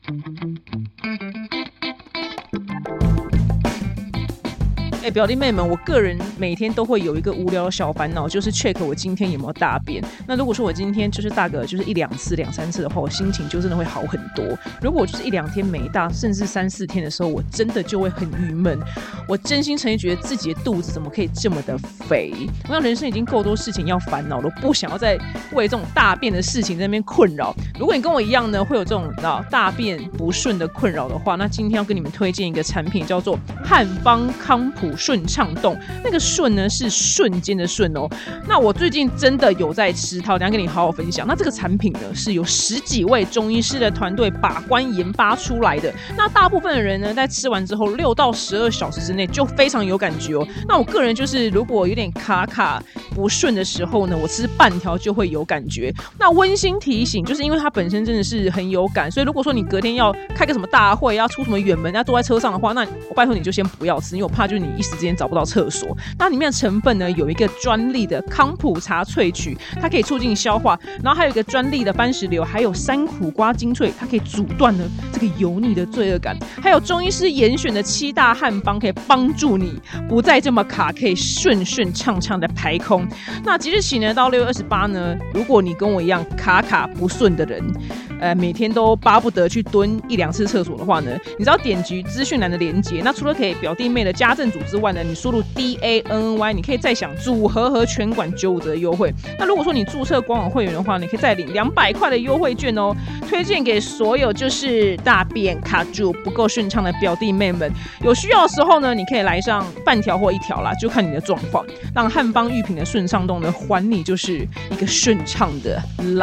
表弟妹们，我个人每天都会有一个无聊的小烦恼，就是 check 我今天有没有大便。那如果说我今天就是大个就是1-2次、2-3次的话，我心情就真的会好很多。如果我就是1-2天没大，甚至3-4天的时候，我真的就会很郁闷。我真心诚意觉得自己的肚子怎么可以这么的肥？我想人生已经够多事情要烦恼了，不想要再为这种大便的事情在那边困扰。如果你跟我一样呢，会有这种大便不顺的困扰的话，那今天要跟你们推荐一个产品，叫做汉方康普顺畅动。那个顺呢是瞬间的顺哦。那我最近真的有在吃它，我等一下跟你好好分享。那这个产品呢是由10几位中医师的团队把关研发出来的。那大部分的人呢，在吃完之后6到12小时之内就非常有感觉哦。那我个人就是如果有点卡不顺的时候呢，我吃半条就会有感觉。那温馨提醒，就是因为它本身真的是很有感，所以如果说你隔天要开个什么大会，要出什么远门，要坐在车上的话，那我拜托你就先不要吃，因为我怕就是你一时之间找不到厕所。那里面的成分呢，有一个专利的康普茶萃取，它可以促进消化，然后还有一个专利的番石榴，还有山苦瓜精粹，它可以阻断呢这个油腻的罪恶感，还有中医师严选的7大汉方，可以帮助你不再这么卡，可以顺畅的排空。那即日起呢，到6月28呢，如果你跟我一样卡不顺的人，每天都巴不得去蹲1-2次厕所的话呢，你只要点击资讯栏的连结。那除了可以表弟妹的家政组之外呢，你输入 DANNY， 你可以再享组合和全馆95折的优惠。那如果说你注册官网会员的话，你可以再领200块的优惠券哦。推荐给所有就是大便卡住不够顺畅的表弟妹们，有需要的时候呢，你可以来上半条或1条啦，就看你的状况。让汉方御品的顺畅动呢，还你就是一个顺畅的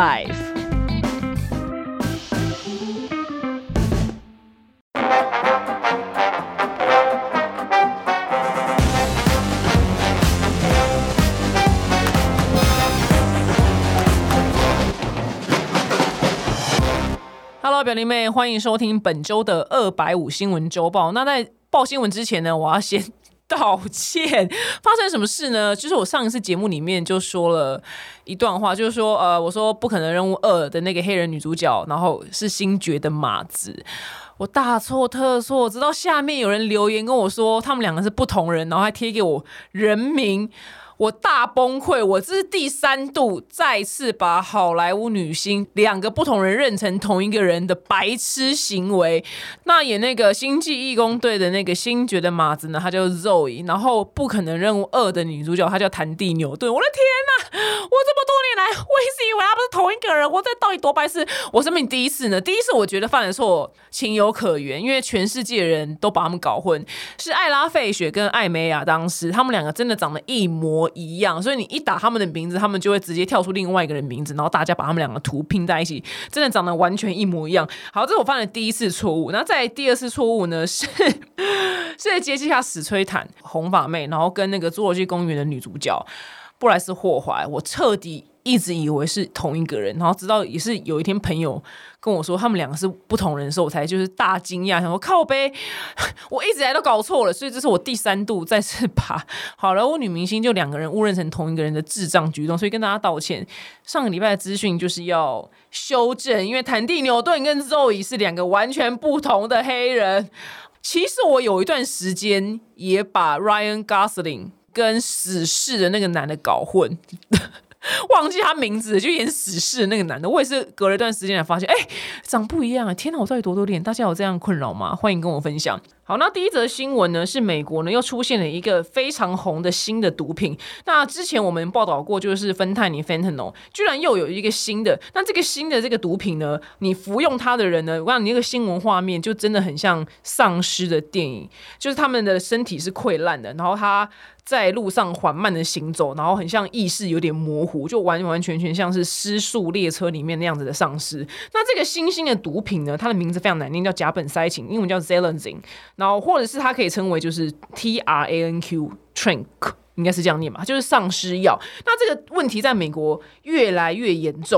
life。Hello， 表弟妹，欢迎收听本周的250新闻周报。那在报新闻之前呢，我要先道歉。发生什么事呢？就是我上一次节目里面就说了一段话，就是说我说不可能任务2的那个黑人女主角，然后是星爵的马子。我大错特错，直到下面有人留言跟我说他们两个是不同人，然后还贴给我人名。我大崩溃，我这是第3度再次把好莱坞女星2个不同人认成同一个人的白痴行为。那演那个星际义工队的那个星爵的马子呢，她叫 Zoe， 然后不可能任务2的女主角她叫谭蒂纽顿。我的天哪，我这么多年来我一直以为她不是同一个人，我这到底多白痴？我生命第一次呢，第一次我觉得犯了错情有可原，因为全世界人都把他们搞混，是艾拉费雪跟艾美亚当时他们2个真的长得一模一样，所以你一打他们的名字，他们就会直接跳出另外一个人名字，然后大家把他们2个图拼在一起，真的长得完全一模一样。好，这是我犯的第一次错误。那再来第2次错误呢，是杰西卡史崔坦红发妹，然后跟那个侏罗纪公园的女主角布莱斯霍华，我彻底一直以为是同一个人，然后直到也是有一天朋友跟我说他们2个是不同人的时候，我才就是大惊讶，想说靠北，我一直以来都搞错了。所以这是我第3度再次把好莱坞女明星就2个人误认成同一个人的智障举动，所以跟大家道歉。上个礼拜的资讯就是要修正，因为谭蒂纽顿跟 Zoe 是2个完全不同的黑人。其实我有一段时间也把 Ryan Gosling 跟死侍的那个男的搞混忘记他名字，就演死侍的那个男的，我也是隔了一段时间才发现，长不一样。天哪，我到底多脸？大家有这样困扰吗？欢迎跟我分享。好，那第一则新闻呢，是美国呢又出现了一个非常红的新的毒品。那之前我们报道过，就是芬太尼 Fentanyl， 居然又有一个新的。那这个新的这个毒品呢，你服用它的人呢，我想你那个新闻画面就真的很像丧尸的电影，就是他们的身体是溃烂的，然后他在路上缓慢的行走，然后很像意识有点模糊，就完完全全像是失速列车里面那样子的丧尸。那这个新兴的毒品呢，它的名字非常难念，叫甲苯塞嗪，英文叫 Xelazine， 然后或者是它可以称为就是 TRANQ， 应该是这样念吧，就是丧尸药。那这个问题在美国越来越严重。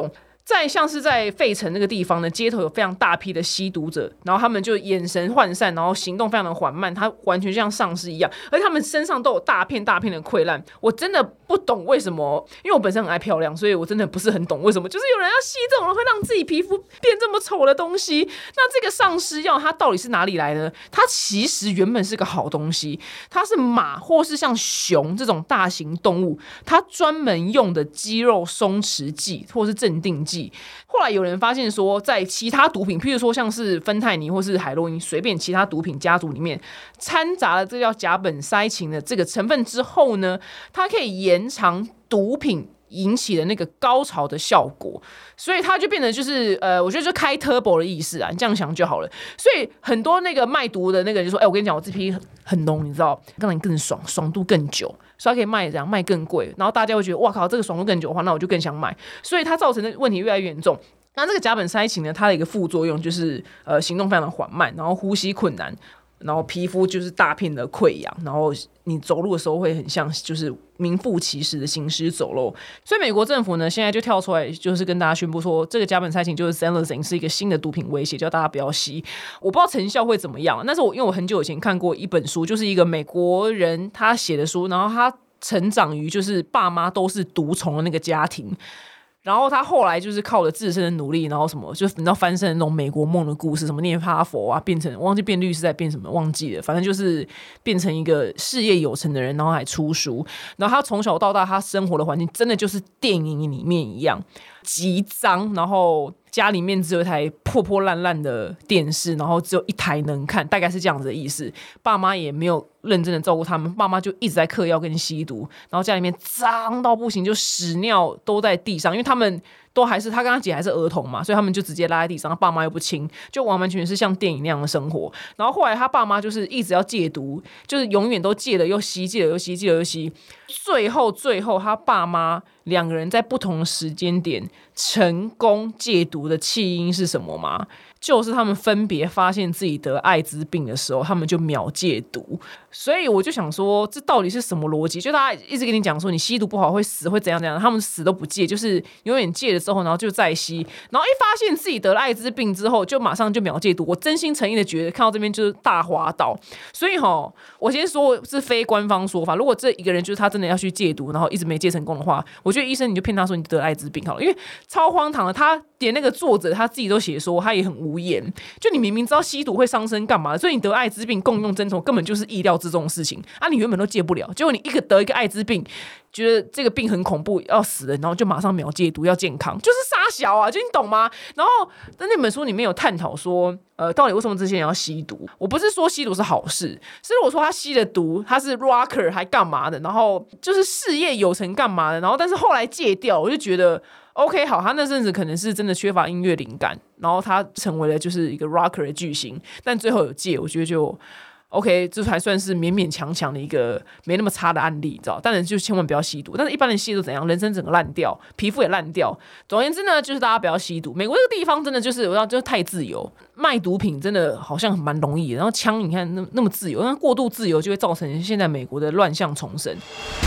在像是在费城那个地方呢，街头有非常大批的吸毒者，然后他们就眼神涣散，然后行动非常的缓慢，他完全就像丧尸一样，而且他们身上都有大片大片的溃烂。我真的不懂为什么，因为我本身很爱漂亮，所以我真的不是很懂为什么就是有人要吸这种人会让自己皮肤变这么丑的东西。那这个丧尸药它到底是哪里来的？它其实原本是个好东西，它是马或是像熊这种大型动物它专门用的肌肉松弛剂或是镇定剂。后来有人发现说，在其他毒品，譬如说像是芬太尼或是海洛因，随便其他毒品家族里面掺杂了这个叫甲苯噻嗪的这个成分之后呢，它可以延长毒品引起的那个高潮的效果，所以它就变成就是我觉得就开 turbo 的意思啊，你这样想就好了。所以很多那个卖毒的那个人就说，我跟你讲，我这批很浓，你知道，让你更爽，爽度更久，所以它可以卖这样卖更贵，然后大家会觉得哇靠，这个爽度更久的话，那我就更想买，所以它造成的问题越来越严重。那这个甲苯噻嗪呢，它的一个副作用就是行动非常的缓慢，然后呼吸困难，然后皮肤就是大片的溃疡，然后你走路的时候会很像就是名副其实的行尸走肉。所以美国政府呢现在就跳出来，就是跟大家宣布说，这个甲苯噻嗪就是 Xanthine 是一个新的毒品威胁，叫大家不要吸。我不知道成效会怎么样，但是因为我很久以前看过一本书，就是一个美国人他写的书，然后他成长于就是爸妈都是毒虫的那个家庭。然后他后来就是靠着自身的努力，然后什么就你知道翻身的那种美国梦的故事，什么念哈佛啊，变成忘记变律师再变什么忘记了，反正就是变成一个事业有成的人，然后还出书。然后他从小到大他生活的环境真的就是电影里面一样极脏，然后家里面只有一台破破烂烂的电视，然后只有一台能看，大概是这样子的意思。爸妈也没有认真的照顾他们，爸妈就一直在嗑药跟吸毒，然后家里面脏到不行，就屎尿都在地上，因为他们都还是他跟他姐还是儿童嘛，所以他们就直接拉在地上，爸妈又不亲，就完完全全是像电影那样的生活。然后后来他爸妈就是一直要戒毒，就是永远都戒了又吸，戒了又吸，戒了又吸。最后他爸妈两个人在不同的时间点成功戒毒的契因是什么吗？就是他们分别发现自己得艾滋病的时候，他们就秒戒毒。所以我就想说，这到底是什么逻辑？就大家一直跟你讲说，你吸毒不好会死，会怎样怎样，他们死都不戒，就是永远戒了之后，然后就再吸，然后一发现自己得了艾滋病之后，就马上就秒戒毒。我真心诚意的觉得，看到这边就是大滑倒。所以我先说是非官方说法，如果这一个人就是他真的要去戒毒，然后一直没戒成功的话，我觉得医生你就骗他说你得了艾滋病好了，因为超荒唐的。他连那个作者他自己都写说，他也很无言。就你明明知道吸毒会伤身干嘛的，所以你得艾滋病共用针头根本就是意料之中的事情啊！你原本都戒不了，结果你得一个艾滋病，觉得这个病很恐怖要死了，然后就马上秒戒毒要健康，就是傻小啊！就你懂吗？然后在那本书里面有探讨说，到底为什么这些人要吸毒？我不是说吸毒是好事，是我说他吸了毒，他是 rocker 还干嘛的，然后就是事业有成干嘛的，然后但是后来戒掉，我就觉得。OK， 好，他那阵子可能是真的缺乏音乐灵感，然后他成为了就是一个 rocker 的巨星，但最后有戒，我觉得就 OK， 这还算是勉勉强强的一个没那么差的案例，你知道？当然就千万不要吸毒，但是一般人吸毒怎样？人生整个烂掉，皮肤也烂掉。总而言之呢，就是大家不要吸毒。美国这个地方真的就是我知道，就是太自由，卖毒品真的好像蛮容易的。然后枪你看那么自由，那过度自由就会造成现在美国的乱象丛生。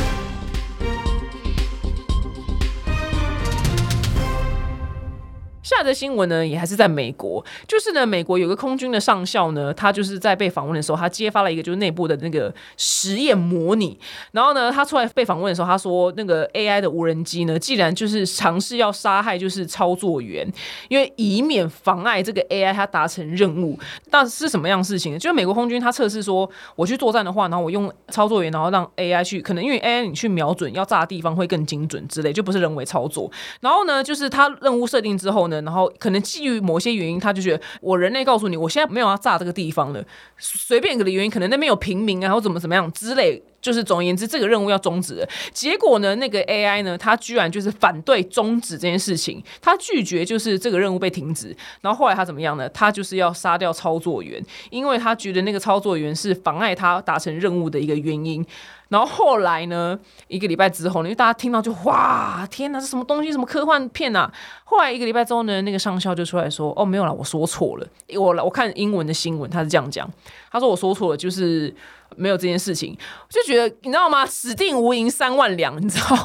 下则新闻呢，也还是在美国，就是呢，美国有个空军的上校呢，他就是在被访问的时候，他揭发了一个就是内部的那个实验模拟。然后呢，他出来被访问的时候，他说那个 AI 的无人机呢，既然就是尝试要杀害就是操作员，因为以免妨碍这个 AI 它达成任务。那是什么样的事情呢？就是美国空军他测试说，我去作战的话，然后我用操作员，然后让 AI 去，可能因为 AI 你去瞄准要炸的地方会更精准之类，就不是人为操作。然后呢，就是他任务设定之后呢。然后可能基于某些原因，他就觉得我人类告诉你，我现在没有要炸这个地方了，随便一个原因，可能那边有平民啊，或怎么样之类，就是总而言之，这个任务要终止了。结果呢，那个 AI 呢，他居然就是反对终止这件事情，他拒绝就是这个任务被停止。然后后来他怎么样呢？他就是要杀掉操作员，因为他觉得那个操作员是妨碍他达成任务的一个原因。然后后来呢，一个礼拜之后呢，因为大家听到就哇，天哪，这什么东西，什么科幻片啊！后来一个礼拜之后呢，那个上校就出来说，哦，没有啦，我说错了。我看英文的新闻，他是这样讲，他说我说错了，就是没有这件事情。就觉得你知道吗？死定无银3万两，你知道。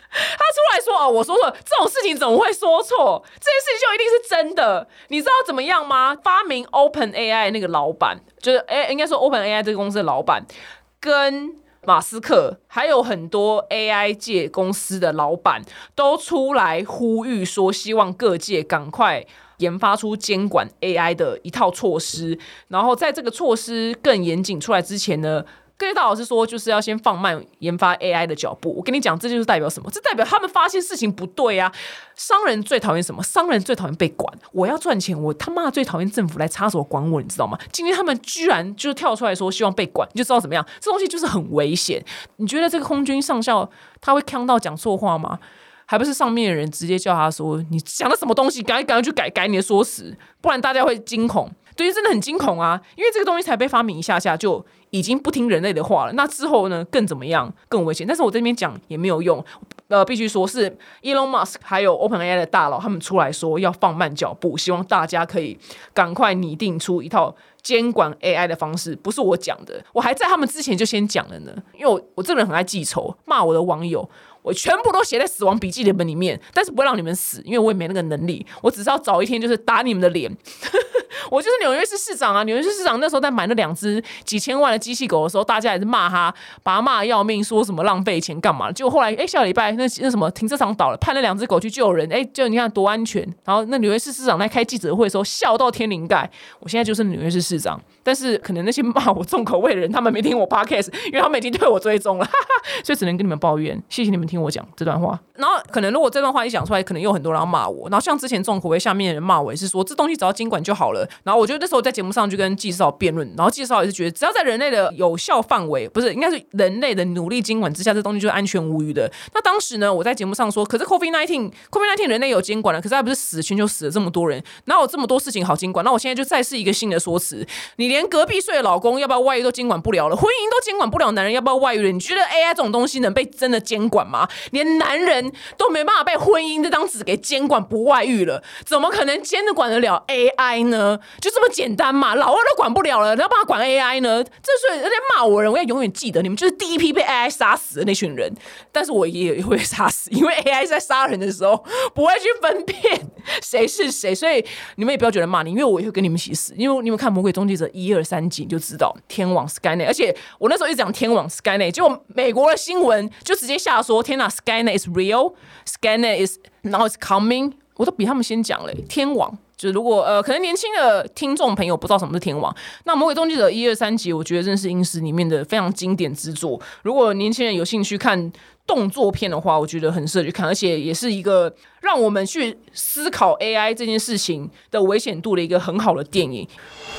他出来说我说错，这种事情怎么会说错？这件事情就一定是真的。你知道怎么样吗？发明 OpenAI 那个老板，就是应该说 OpenAI 这个公司的老板，跟马斯克还有很多 AI 界公司的老板都出来呼吁说，希望各界赶快研发出监管 AI 的一套措施，然后在这个措施更严谨出来之前呢，各位大老师说，就是要先放慢研发 AI 的脚步。我跟你讲，这就是代表什么？这代表他们发现事情不对啊！商人最讨厌什么？商人最讨厌被管。我要赚钱，我他妈最讨厌政府来插手管我，你知道吗？今天他们居然就跳出来说希望被管，你就知道怎么样？这东西就是很危险。你觉得这个空军上校他会呛到讲错话吗？还不是上面的人直接叫他说：“你讲的什么东西？赶快去改你的说辞，不然大家会惊恐。”对，真的很惊恐啊！因为这个东西才被发明一下下，就已经不听人类的话了。那之后呢，更怎么样？更危险。但是我这边讲也没有用，必须说是 Elon Musk 还有 OpenAI 的大佬他们出来说要放慢脚步，希望大家可以赶快拟定出一套监管 AI 的方式。不是我讲的，我还在他们之前就先讲了呢。因为我这个人很爱记仇，骂我的网友。我全部都写在死亡笔记本里面，但是不会让你们死，因为我也没那个能力。我只是要找一天，就是打你们的脸。我就是纽约市市长啊！纽约市市长那时候在买那2只几千万的机器狗的时候，大家也是骂他，把他骂得要命，说什么浪费钱干嘛？结果后来，下礼拜那什么停车场倒了，派那2只狗去救人，就你看多安全。然后那纽约市市长在开记者会的时候笑到天灵盖。我现在就是纽约市市长，但是可能那些骂我重口味的人，他们没听我 podcast， 因为他们已经对我追踪了，所以只能跟你们抱怨。谢谢你们听我讲这段话。然后可能如果这段话一讲出来，可能有很多人要骂我。然后像之前重口味下面的人骂我也是说，这东西只要监管就好了。然后我觉得那时候在节目上就跟纪少辩论，然后纪少也是觉得，只要在人类的有效范围，不是应该是人类的努力监管之下，这东西就是安全无虞的。那当时呢，我在节目上说，可是 COVID-19 人类有监管了，可是还不是全球死了这么多人，哪有这么多事情好监管？那我现在就再试一个新的说辞，你连隔壁睡的老公要不要外遇都监管不了了，婚姻都监管不了，男人要不要外遇了？你觉得 AI 这种东西能被真的监管吗？连男人都没办法被婚姻这张纸给监管不外遇了，怎么可能监管得了 AI 呢？就这么简单嘛，老二都管不了了，你要帮他管 AI 呢？这所以人家骂我人，我要永远记得，你们就是第一批被 AI 杀死的那群人。但是我也会杀死，因为 AI 在杀人的时候不会去分辨谁是谁，所以你们也不要觉得骂你，因为我也会跟你们一起死。因为你们看《魔鬼终结者》1、2、3集，你就知道天网 Skynet， 而且我那时候一直讲天网 Skynet， 结果美国的新闻就直接下说，天哪 ，Skynet is real，Skynet is now is coming， 我都比他们先讲了。天网就是如果可能年轻的听众朋友不知道什么是天网，那《魔鬼终结者》1、2、3集，我觉得真是影史里面的非常经典之作。如果年轻人有兴趣看动作片的话，我觉得很适合去看，而且也是一个让我们去思考 AI 这件事情的危险度的一个很好的电影。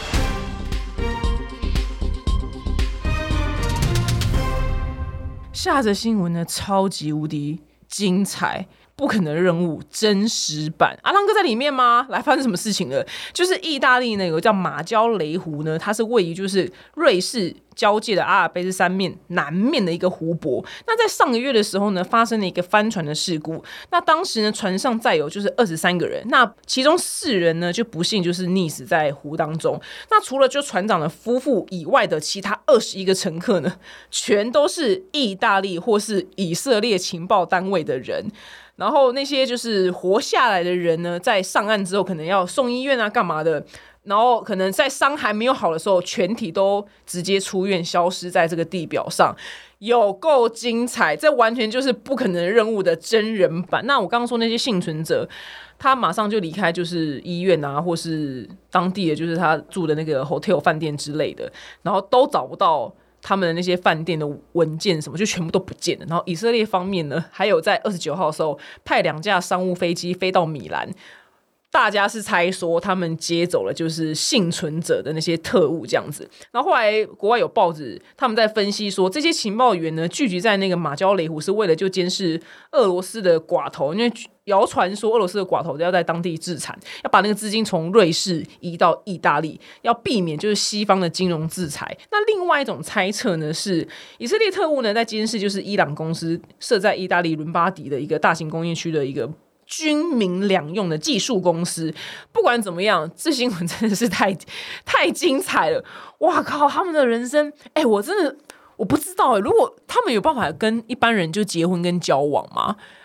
下则新闻呢，超级无敌精彩，不可能任务真实版，阿浪哥在里面吗？来，发生什么事情了？就是意大利呢有个叫马焦雷湖呢，它是位于就是瑞士交界的阿尔卑斯山面南面的一个湖泊。那在上个月的时候呢，发生了一个翻船的事故。那当时呢，船上载有就是23个人，那其中4人呢就不幸就是溺死在湖当中。那除了就船长的夫妇以外的其他21个乘客呢，全都是意大利或是以色列情报单位的人。然后那些就是活下来的人呢，在上岸之后可能要送医院啊干嘛的，然后可能在伤还没有好的时候，全体都直接出院，消失在这个地表上，有够精彩！这完全就是不可能任务的真人版。那我刚刚说那些幸存者，他马上就离开就是医院啊，或是当地的就是他住的那个 hotel 饭店之类的，然后都找不到他们的那些饭店的文件什么，就全部都不见了。然后以色列方面呢，还有在29号的时候派2架商务飞机飞到米兰，大家是猜说他们接走了就是幸存者的那些特务这样子。然后后来国外有报纸他们在分析说，这些情报员呢聚集在那个马焦雷湖是为了就监视俄罗斯的寡头，因为谣传说俄罗斯的寡头要在当地制产，要把那个资金从瑞士移到意大利，要避免就是西方的金融制裁。那另外一种猜测呢，是以色列特务呢在监视就是伊朗公司设在意大利伦巴第的一个大型工业区的一个军民两用的技术公司。不管怎么样，这新闻真的是太精彩了！哇靠，他们的人生，我真的我不知道如果他们有办法跟一般人就结婚跟交往吗？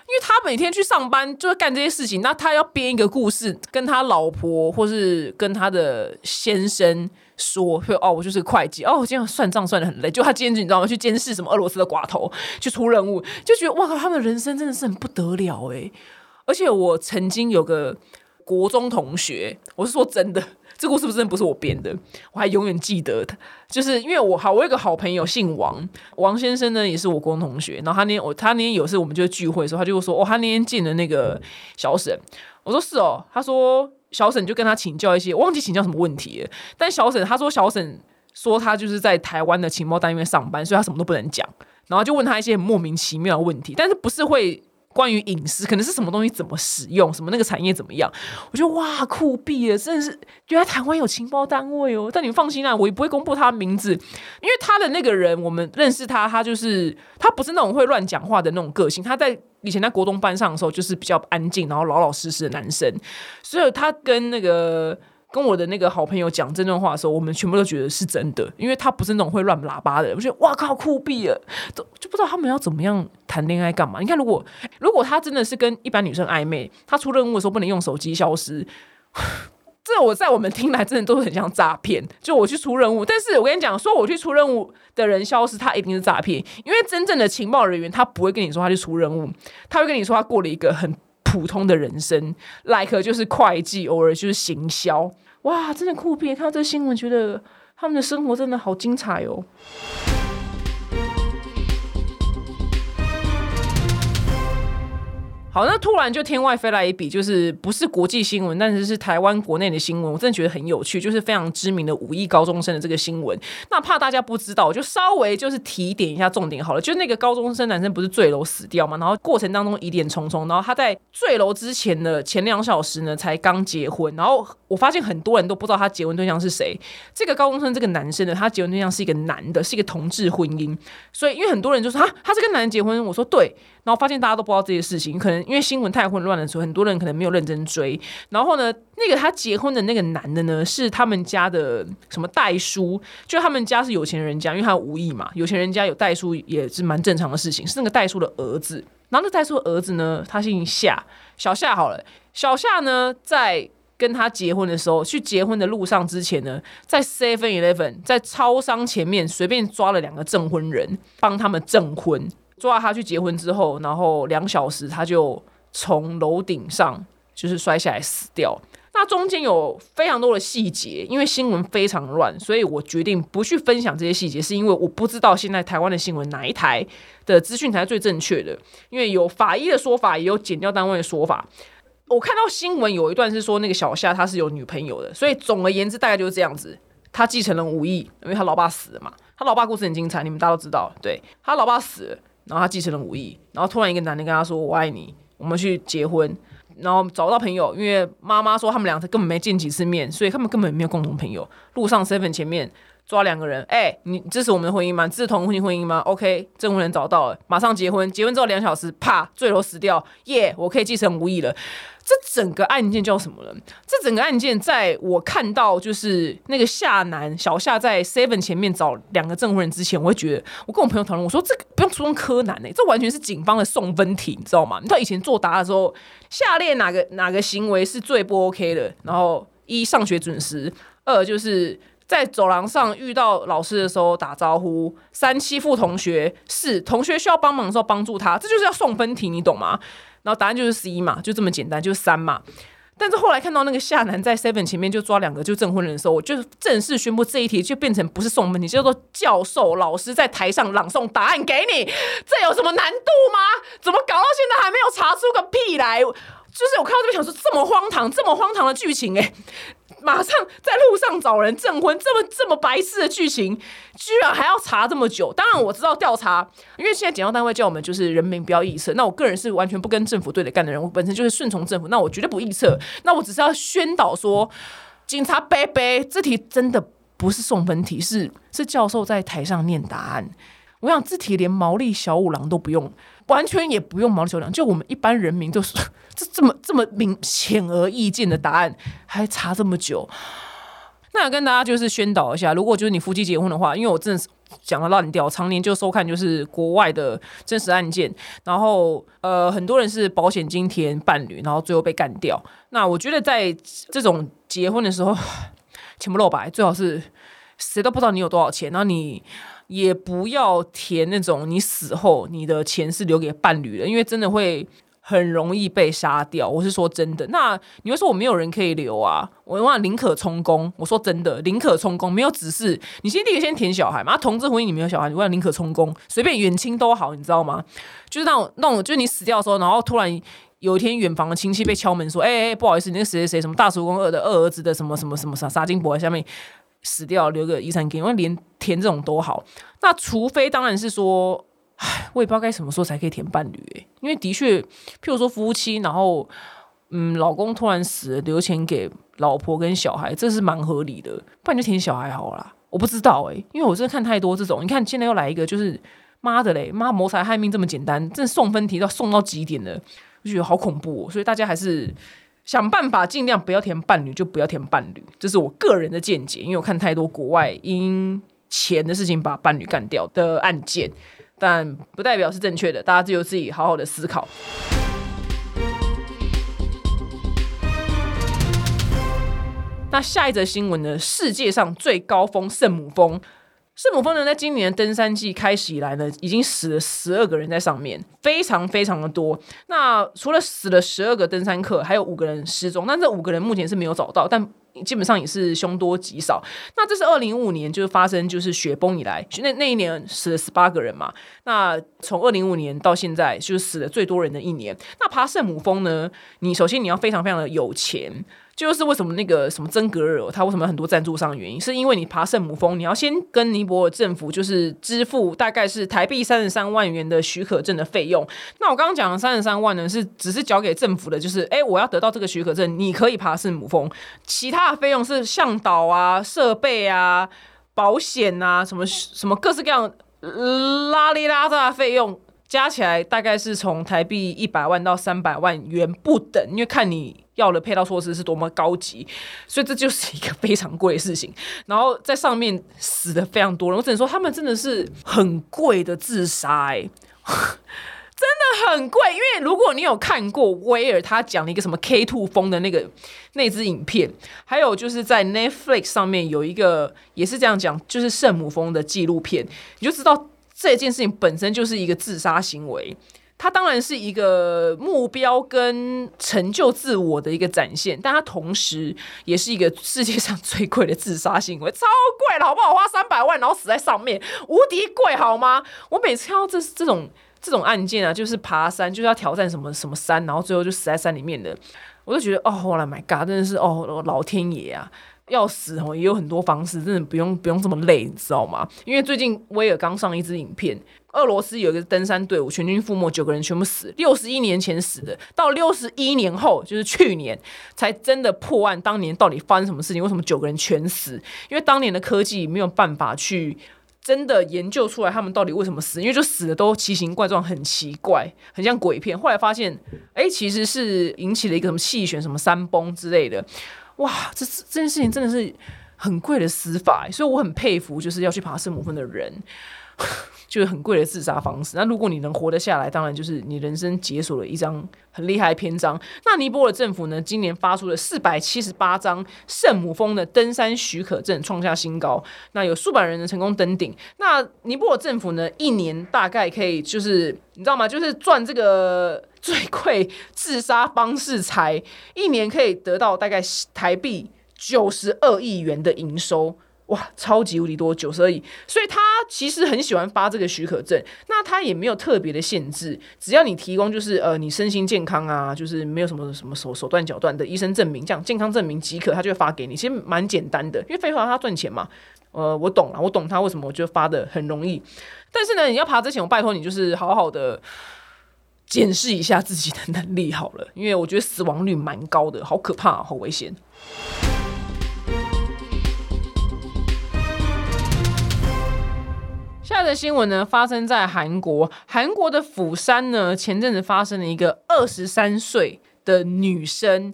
因为他每天去上班就会干这些事情，那他要编一个故事跟他老婆或是跟他的先生说，我就是个会计，我今天算账算得很累，就他今天你知道吗？去监视什么俄罗斯的寡头，去出任务，就觉得哇靠，他们的人生真的是很不得了而且我曾经有个国中同学，我是说真的，这故事真的不是我编的，我还永远记得他，就是因为我有一个好朋友姓王先生呢，也是我国中同学，然后他那天有次我们就聚会的时候，他就说他那天进了那个小沈，我说是他说小沈就跟他请教一些，我忘记请教什么问题了，但他说小沈说他就是在台湾的情报单位上班，所以他什么都不能讲，然后就问他一些很莫名其妙的问题，但是不是会关于隐私，可能是什么东西怎么使用，什么那个产业怎么样，我觉得哇酷毙了，真的是原来台湾有情报单位但你们放心我也不会公布他的名字，因为他的那个人我们认识他就是他不是那种会乱讲话的那种个性，他在以前在国中班上的时候就是比较安静，然后老老实实的男生，所以他跟我的那个好朋友讲这段话的时候，我们全部都觉得是真的，因为他不是那种会乱喇叭的人。我觉得哇靠，酷毙了，就不知道他们要怎么样谈恋爱干嘛。你看，如果他真的是跟一般女生暧昧，他出任务的时候不能用手机消失，这我在我们听来真的都很像诈骗。就我去出任务，但是我跟你讲，说我去出任务的人消失，他一定是诈骗，因为真正的情报人员他不会跟你说他去出任务，他会跟你说他过了一个很普通的人生 ，like 就是会计，偶尔就是行销。哇，真的酷毙！看到这个新闻，觉得他们的生活真的好精彩好，那突然就天外飞来一笔，就是不是国际新闻，但是是台湾国内的新闻，我真的觉得很有趣，就是非常知名的5亿高中生的这个新闻。那怕大家不知道，我就稍微就是提点一下重点好了。就那个高中生男生不是坠楼死掉嘛，然后过程当中疑点重重，然后他在坠楼之前的前2小时呢才刚结婚，然后我发现很多人都不知道他结婚对象是谁。这个高中生这个男生呢，他结婚对象是一个男的，是一个同志婚姻，所以因为很多人就说他是跟男人结婚，我说对，然后发现大家都不知道这些事情，可能因为新闻太混乱的时候，很多人可能没有认真追。然后呢，那个他结婚的那个男的呢，是他们家的什么代书，就他们家是有钱人家，因为他有5亿嘛，有钱人家有代书也是蛮正常的事情，是那个代书的儿子。然后那代书的儿子呢，他姓夏，小夏好了，小夏呢在跟他结婚的时候，去结婚的路上之前呢，在 7-Eleven 在超商前面随便抓了2个证婚人，帮他们证婚。抓他去结婚之后，然后2小时他就从楼顶上就是摔下来死掉。那中间有非常多的细节，因为新闻非常乱，所以我决定不去分享这些细节，是因为我不知道现在台湾的新闻哪一台的资讯才是最正确的，因为有法医的说法，也有检调单位的说法。我看到新闻有一段是说那个小夏他是有女朋友的，所以总而言之大概就是这样子。他继承了5亿，因为他老爸死了嘛，他老爸故事很精彩，你们大家都知道，对，他老爸死了，然后他继承了5亿，然后突然一个男的跟他说我爱你，我们去结婚，然后找不到朋友，因为妈妈说他们俩根本没见几次面，所以他们根本没有共同朋友。路上 7 前面抓2个人，你支持我们的婚姻吗？支持同性婚姻吗 ？OK， 证婚人找到了，马上结婚，结婚之后2小时，啪，坠楼死掉，我可以继承5亿了。这整个案件叫什么了？这整个案件在我看到就是那个小夏在 7 前面找2个证婚人之前，我会觉得，我跟我朋友讨论，我说这个不用出动柯南这完全是警方的送分题，你知道吗？你知道以前作答的时候，下列哪个行为是最不 OK 的？然后1上学准时，2就是在走廊上遇到老师的时候打招呼，3欺负同学，4同学需要帮忙的时候帮助他，这就是要送分题，你懂吗？然后答案就是 C 嘛，就这么简单，就是3嘛。但是后来看到那个夏男在 7 前面就抓2个就证婚人的时候，我就正式宣布这一题就变成不是送分题，叫做教授老师在台上朗诵答案给你，这有什么难度吗？怎么搞到现在还没有查出个屁来？就是我看到这边想说这么荒唐的剧情马上在路上找人证婚，这么白痴的剧情，居然还要查这么久。当然我知道调查，因为现在检调单位叫我们就是人民不要臆测。那我个人是完全不跟政府对着干的人，我本身就是顺从政府，那我绝对不臆测。那我只是要宣导说，警察伯伯，这题真的不是送分题，是教授在台上念答案。我想这题连毛利小五郎都不用，完全也不用毛利小五郎，就我们一般人民就是这么显而易见的答案，还查这么久。 那要跟大家就是宣导一下，如果就是你夫妻结婚的话，因为我真的是讲的烂掉，常年就收看就是国外的真实案件，然后很多人是保险金填伴侣，然后最后被干掉。那我觉得在这种结婚的时候，钱不露白，最好是谁都不知道你有多少钱，然后你也不要填那种你死后你的钱是留给伴侣的，因为真的会很容易被杀掉。我是说真的。那你会说我没有人可以留啊？我问宁可充公。我说真的，宁可充公，没有指示你第一个先填小孩嘛。同志婚姻你没有小孩，你问宁可充公，随便远亲都好，你知道吗？就是那种，就是你死掉的时候，然后突然有一天远房的亲戚被敲门说，不好意思，你那个谁谁谁什么大叔公的二儿子的什么什么什么杀金伯在下面死掉，留个遗产给你，因为连填这种都好。那除非当然是说，我也不知道该什么时候才可以填伴侣因为的确，譬如说夫妻，然后老公突然死了，留钱给老婆跟小孩，这是蛮合理的，不然就填小孩好啦。我不知道因为我真的看太多这种，你看现在又来一个，就是妈的嘞，妈谋财害命这么简单，真的送分题到送到极点了，我觉得好恐怖所以大家还是想办法尽量不要填伴侣，就不要填伴侣，这是我个人的见解，因为我看太多国外因钱的事情把伴侣干掉的案件，但不代表是正确的，大家只有自己好好的思考。那下一则新闻呢？世界上最高峰圣母峰。圣母峰呢，在今年登山季开始以来呢，已经死了12个人在上面，非常非常的多。那除了死了12个登山客，还有5个人失踪。那这5个人目前是没有找到，但基本上也是凶多吉少。那这是2015年就是发生就是雪崩以来，那一年死了18个人嘛。那从2015年到现在，就是死了最多人的一年。那爬圣母峰呢，首先你要非常非常的有钱。就是为什么那个什么曾格尔他为什么有很多赞助商的原因，是因为你爬圣母峰，你要先跟尼泊尔政府就是支付大概是台币33万元的许可证的费用。那我刚刚讲的33万呢，是只是交给政府的，就是我要得到这个许可证，你可以爬圣母峰。其他的费用是向导啊、设备啊、保险啊，什么各式各样拉里拉杂的费用。加起来大概是从台币100万到300万元不等，因为看你要的配套措施是多么高级，所以这就是一个非常贵的事情。然后在上面死的非常多人，我只能说他们真的是很贵的自杀真的很贵。因为如果你有看过威尔他讲了一个什么 K2 风的那支影片，还有就是在 Netflix 上面有一个也是这样讲，就是圣母峰的纪录片，你就知道这件事情本身就是一个自杀行为，它当然是一个目标跟成就自我的一个展现，但它同时也是一个世界上最贵的自杀行为，超贵了好不好？花300万然后死在上面，无敌贵好吗？我每次看到这种案件啊，就是爬山就是要挑战什么什么山，然后最后就死在山里面的，我就觉得Oh my God， 真的是老天爷啊！要死也有很多方式，真的不用这么累，你知道吗？因为最近威尔刚上一支影片，俄罗斯有一个登山队伍全军覆没，9个人全部死，61年前死的，到61年后就是去年才真的破案，当年到底发生什么事情？为什么9个人全死？因为当年的科技没有办法去真的研究出来他们到底为什么死，因为就死的都奇形怪状，很奇怪，很像鬼片。后来发现其实是引起了一个什么气旋、什么山崩之类的。哇，这件事情真的是很贵的死法，所以我很佩服就是要去爬圣母峰的人，就是很贵的自杀方式。那如果你能活得下来，当然就是你人生解锁了一张很厉害的篇章。那尼泊尔政府呢，今年发出了478张圣母峰的登山许可证，创下新高。那有数百人成功登顶。那尼泊尔政府呢，一年大概可以就是你知道吗？就是赚这个最贵自杀方式财，一年可以得到大概台币92亿元的营收。哇，超级无敌多，92亿！所以他其实很喜欢发这个许可证，那他也没有特别的限制，只要你提供就是你身心健康啊，就是没有什么手段脚断的医生证明，这样健康证明即可，他就会发给你。其实蛮简单的，因为废话他赚钱嘛。我懂了，我懂他为什么我觉得发的很容易。但是呢，你要爬之前，我拜托你就是好好的检视一下自己的能力好了，因为我觉得死亡率蛮高的，好可怕，好危险。下一则新闻呢，发生在韩国。韩国的釜山呢，前阵子发生了一个23岁的女生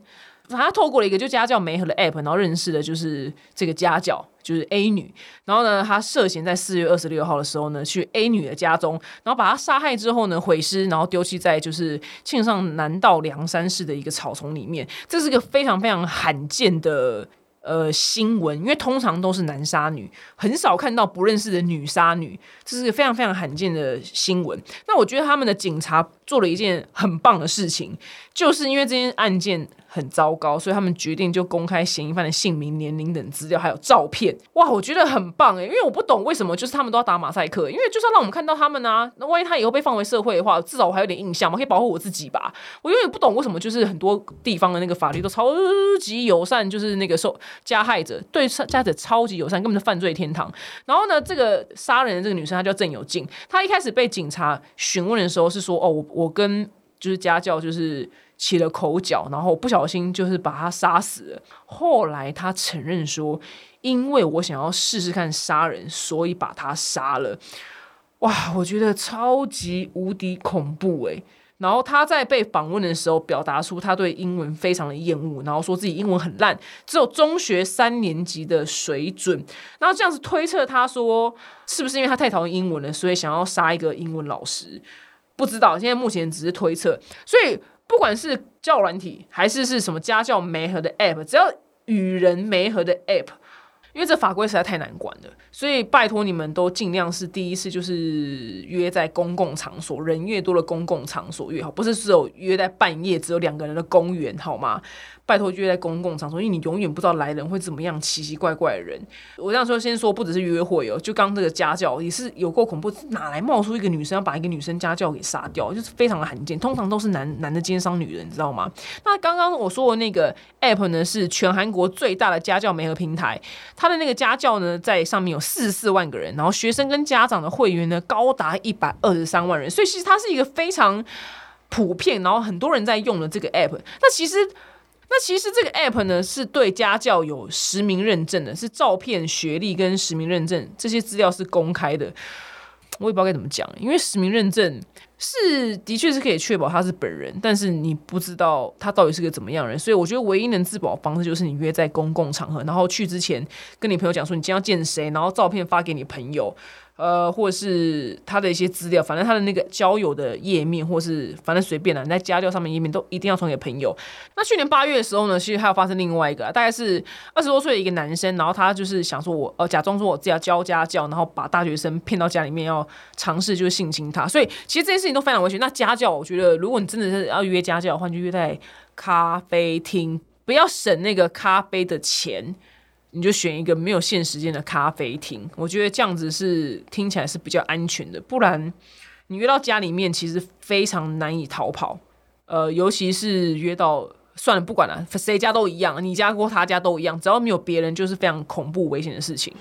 他透过了一个就家教媒合的 app， 然后认识的就是这个家教，就是 A 女。然后呢，他涉嫌在4月26号的时候呢，去 A 女的家中，然后把她杀害之后呢，毁尸，然后丢弃在就是庆尚南道凉山市的一个草丛里面。这是一个非常非常罕见的新闻，因为通常都是男杀女，很少看到不认识的女杀女，这是个非常非常罕见的新闻。那我觉得他们的警察做了一件很棒的事情，就是因为这件案件很糟糕，所以他们决定就公开嫌疑犯的姓名、年龄等资料，还有照片。哇，我觉得很棒因为我不懂为什么就是他们都要打马赛克，因为就是要让我们看到他们啊。那万一他以后被放回社会的话，至少我还有点印象嘛，可以保护我自己吧。我永远不懂为什么就是很多地方的那个法律都超级友善，就是那个加害者对加害者超级友善，根本是犯罪天堂。然后呢，这个杀人的这个女生她叫郑有静，她一开始被警察询问的时候是说，我跟就是家教就是起了口角，然后不小心就是把他杀死了。后来他承认说，因为我想要试试看杀人，所以把他杀了。哇，我觉得超级无敌恐怖然后他在被访问的时候表达出他对英文非常的厌恶，然后说自己英文很烂，只有中学3年级的水准。然后这样子推测他说，是不是因为他太讨厌英文了，所以想要杀一个英文老师？不知道，现在目前只是推测。所以不管是交友软体还是什么家教媒合的 app， 只要与人媒合的 app， 因为这法规实在太难管了，所以拜托你们都尽量是第一次就是约在公共场所，人越多的公共场所越好，不是只有约在半夜只有2个人的公园好吗？拜托约在公共场所，因为你永远不知道来人会怎么样，奇奇怪怪的人。我这样说先说，不只是约会就刚这个家教也是有够恐怖，哪来冒出一个女生要把一个女生家教给杀掉，就是非常的罕见，通常都是男的奸商女人，你知道吗？那刚刚我说的那个 app 呢，是全韩国最大的家教媒合平台，它的那个家教呢，在上面有44万个人，然后学生跟家长的会员呢，高达123万人，所以其实它是一个非常普遍，然后很多人在用的这个 app。那其实这个 app 呢，是对家教有实名认证的，是照片、学历跟实名认证这些资料是公开的。我也不知道该怎么讲，因为实名认证是的确是可以确保他是本人，但是你不知道他到底是个怎么样的人，所以我觉得唯一能自保的方式就是你约在公共场合，然后去之前跟你朋友讲说你今天要见谁，然后照片发给你朋友。或者是他的一些资料，反正他的那个交友的页面，或是反正随便啦，你在家教上面页面都一定要传给朋友。那去年8月的时候呢，其实还有发生另外一个大概是20多岁的一个男生，然后他就是想说我假装说我自己要教家教，然后把大学生骗到家里面要尝试就是性侵他，所以其实这件事情都非常危险。那家教，我觉得如果你真的是要约家教的话，你就约在咖啡厅，不要省那个咖啡的钱。你就选一个没有限时间的咖啡厅，我觉得这样子是听起来是比较安全的，不然你约到家里面其实非常难以逃跑。尤其是约到算了不管了，谁家都一样，你家或他家都一样，只要没有别人就是非常恐怖危险的事情。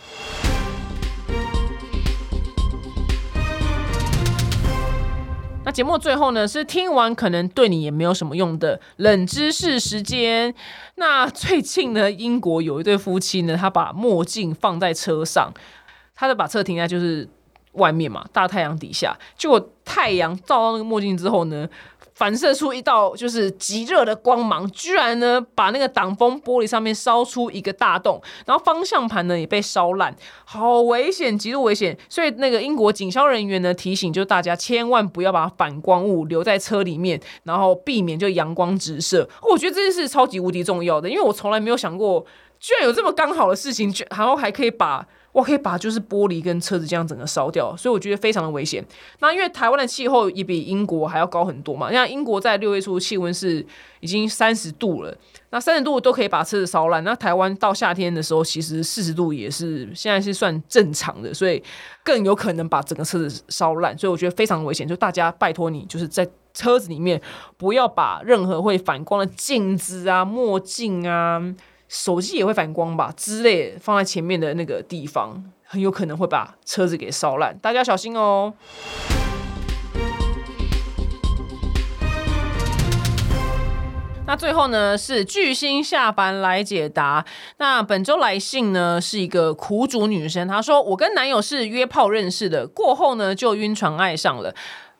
那节目最后呢，是听完可能对你也没有什么用的冷知识时间。那最近呢，英国有一对夫妻呢，他把墨镜放在车上，他就把车停在就是外面嘛，大太阳底下，结果太阳照到那个墨镜之后呢，反射出一道就是极热的光芒，居然呢把那个挡风玻璃上面烧出一个大洞，然后方向盘呢也被烧烂，好危险，极度危险。所以那个英国警消人员呢提醒，就大家千万不要把反光物留在车里面，然后避免就阳光直射。我觉得这件事超级无敌重要的，因为我从来没有想过，居然有这么刚好的事情，然后还可以把就是玻璃跟车子这样整个烧掉，所以我觉得非常的危险。那因为台湾的气候也比英国还要高很多嘛，像英国在6月初气温是已经30度了，那30度都可以把车子烧烂，那台湾到夏天的时候其实40度也是现在是算正常的，所以更有可能把整个车子烧烂，所以我觉得非常危险。就大家拜托你，就是在车子里面不要把任何会反光的镜子啊、墨镜啊、手机也会反光吧之类的放在前面的那个地方，很有可能会把车子给烧烂，大家小心哦。那最后呢是巨星下凡来解答。那本周来信呢是一个苦主女生，她说我跟男友是约炮认识的，过后呢就晕船爱上了。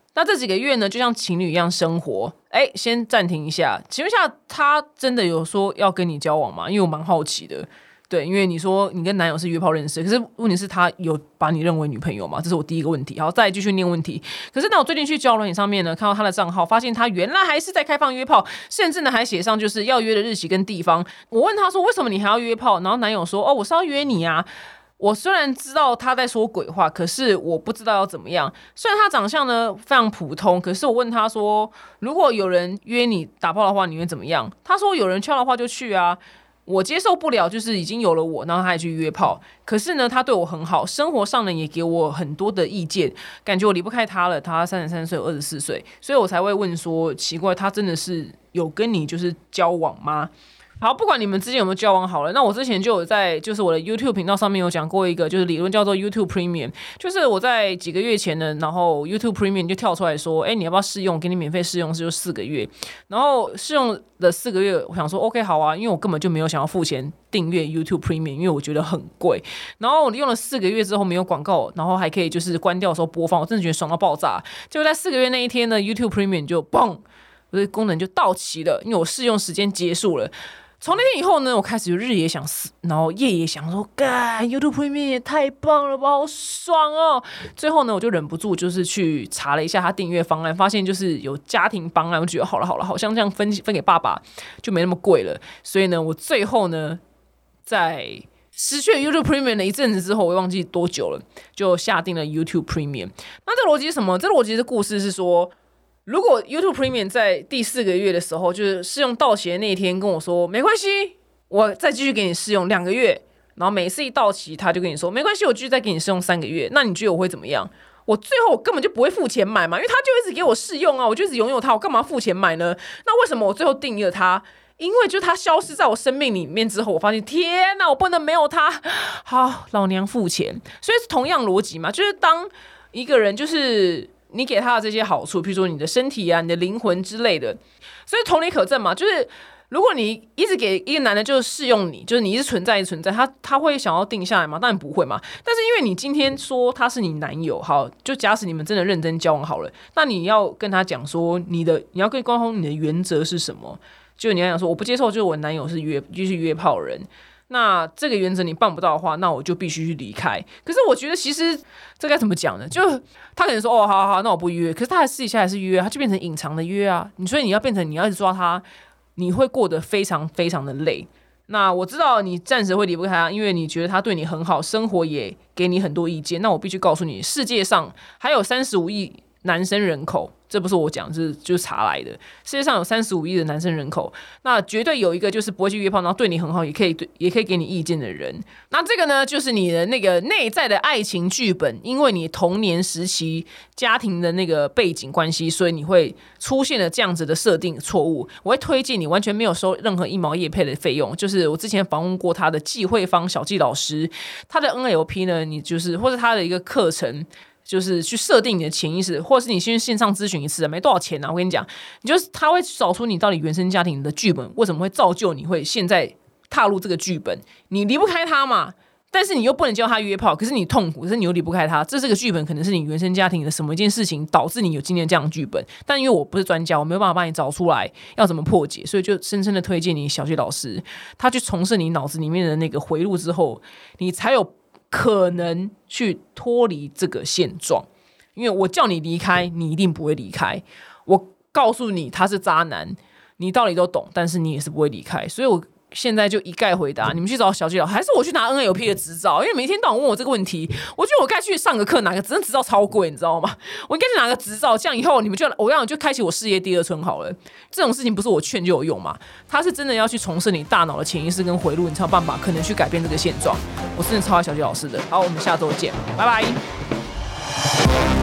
那这几个月呢，就像情侣一样生活。先暂停一下，请问一下，他真的有说要跟你交往吗？因为我蛮好奇的。对，因为你说你跟男友是约炮认识，可是问题是他有把你认为女朋友吗？这是我第一个问题。好，再继续念问题。可是呢，我最近去交友软件上面呢，看到他的账号，发现他原来还是在开放约炮，甚至呢还写上就是要约的日期跟地方。我问他说为什么你还要约炮？然后男友说我是要约你啊。我虽然知道他在说鬼话，可是我不知道要怎么样。虽然他长相呢非常普通，可是我问他说，如果有人约你打炮的话，你会怎么样？他说有人敲的话就去啊。我接受不了，就是已经有了我，然后他还去约炮。可是呢，他对我很好，生活上呢也给我很多的意见，感觉我离不开他了。他33岁，我24岁，所以我才会问说，奇怪，他真的是有跟你就是交往吗？好，不管你们之间有没有交往好了，那我之前就有在就是我的 YouTube 频道上面有讲过一个就是理论叫做 YouTube Premium， 就是我在几个月前呢，然后 YouTube Premium 就跳出来说，你要不要试用？给你免费试用就4个月，然后试用的4个月，我想说 OK 好啊，因为我根本就没有想要付钱订阅 YouTube Premium， 因为我觉得很贵。然后我用了4个月之后没有广告，然后还可以就是关掉的时候播放，我真的觉得爽到爆炸。结果在4个月那一天呢 ，YouTube Premium 就嘣，我的功能就到期了，因为我试用时间结束了。从那天以后呢，我开始就日也想死，然后夜也想说，干 YouTube Premium 也太棒了吧，好爽哦！最后呢，我就忍不住就是去查了一下他订阅方案，发现就是有家庭方案，我觉得好了，好像这样分给爸爸就没那么贵了。所以呢，我最后呢，在失去了 YouTube Premium 的一阵子之后，我忘记多久了，就下定了 YouTube Premium。那这逻辑是什么？这逻辑的故事是说，如果 YouTube Premium 在第4个月的时候，就是试用到期的那一天跟我说没关系，我再继续给你试用2个月，然后每次一到期他就跟你说没关系，我继续再给你试用3个月，那你觉得我会怎么样？我最后我根本就不会付钱买嘛，因为他就一直给我试用啊，我就一直拥有它，我干嘛付钱买呢？那为什么我最后订阅了它？因为就他消失在我生命里面之后，我发现天哪，我不能没有他。好，老娘付钱。所以是同样逻辑嘛，就是当一个人就是你给他的这些好处，譬如说你的身体啊、你的灵魂之类的，所以同理可证嘛，就是如果你一直给一个男的就是试用你，就是你一直存在，他会想要定下来吗？当然不会嘛。但是因为你今天说他是你男友，好，就假使你们真的认真交往好了，那你要跟他讲说你要跟沟通你的原则是什么？就你要讲说我不接受，就是我男友是约炮人。那这个原则你办不到的话，那我就必须去离开。可是我觉得其实这该怎么讲呢？就他可能说好，那我不约，可是他私底下还是约，他就变成隐藏的约啊。所以你要变成你要一直抓他，你会过得非常非常的累。那我知道你暂时会离不开他，因为你觉得他对你很好，生活也给你很多意见。那我必须告诉你，世界上还有35亿男生人口，这不是我讲，就是查来的。世界上有35亿的男生人口，那绝对有一个就是不会去约炮，然后对你很好，也可以给你意见的人。那这个呢，就是你的那个内在的爱情剧本，因为你童年时期家庭的那个背景关系，所以你会出现了这样子的设定错误。我会推荐你完全没有收任何1毛业配的费用，就是我之前访问过他的季慧芳小季老师，他的 NLP 呢，你就是或者他的一个课程。就是去设定你的潜意识，或者是你先线上咨询一次，没多少钱啊。我跟你讲，他会找出你到底原生家庭的剧本为什么会造就你会现在踏入这个剧本，你离不开他嘛。但是你又不能教他约炮，可是你痛苦，可是你又离不开他。这个剧本可能是你原生家庭的什么一件事情导致你有今天这样的剧本，但因为我不是专家，我没有办法帮你找出来要怎么破解，所以就深深的推荐你小学老师，他去重设你脑子里面的那个回路之后，你才有可能去脱离这个现状。因为我叫你离开，你一定不会离开。我告诉你他是渣男，你道理都懂，但是你也是不会离开。所以我现在就一概回答，你们去找小季老师，还是我去拿 NLP 的执照？因为每天到晚问我这个问题，我觉得我该去上个课，拿个真的执照超贵，你知道吗？我应该去拿个执照，这样以后你们就开启我事业第2春好了。这种事情不是我劝就有用嘛？他是真的要去重设你大脑的潜意识跟回路，你才有办法可能去改变这个现状。我真的超爱小季老师的。好，我们下周见，拜拜。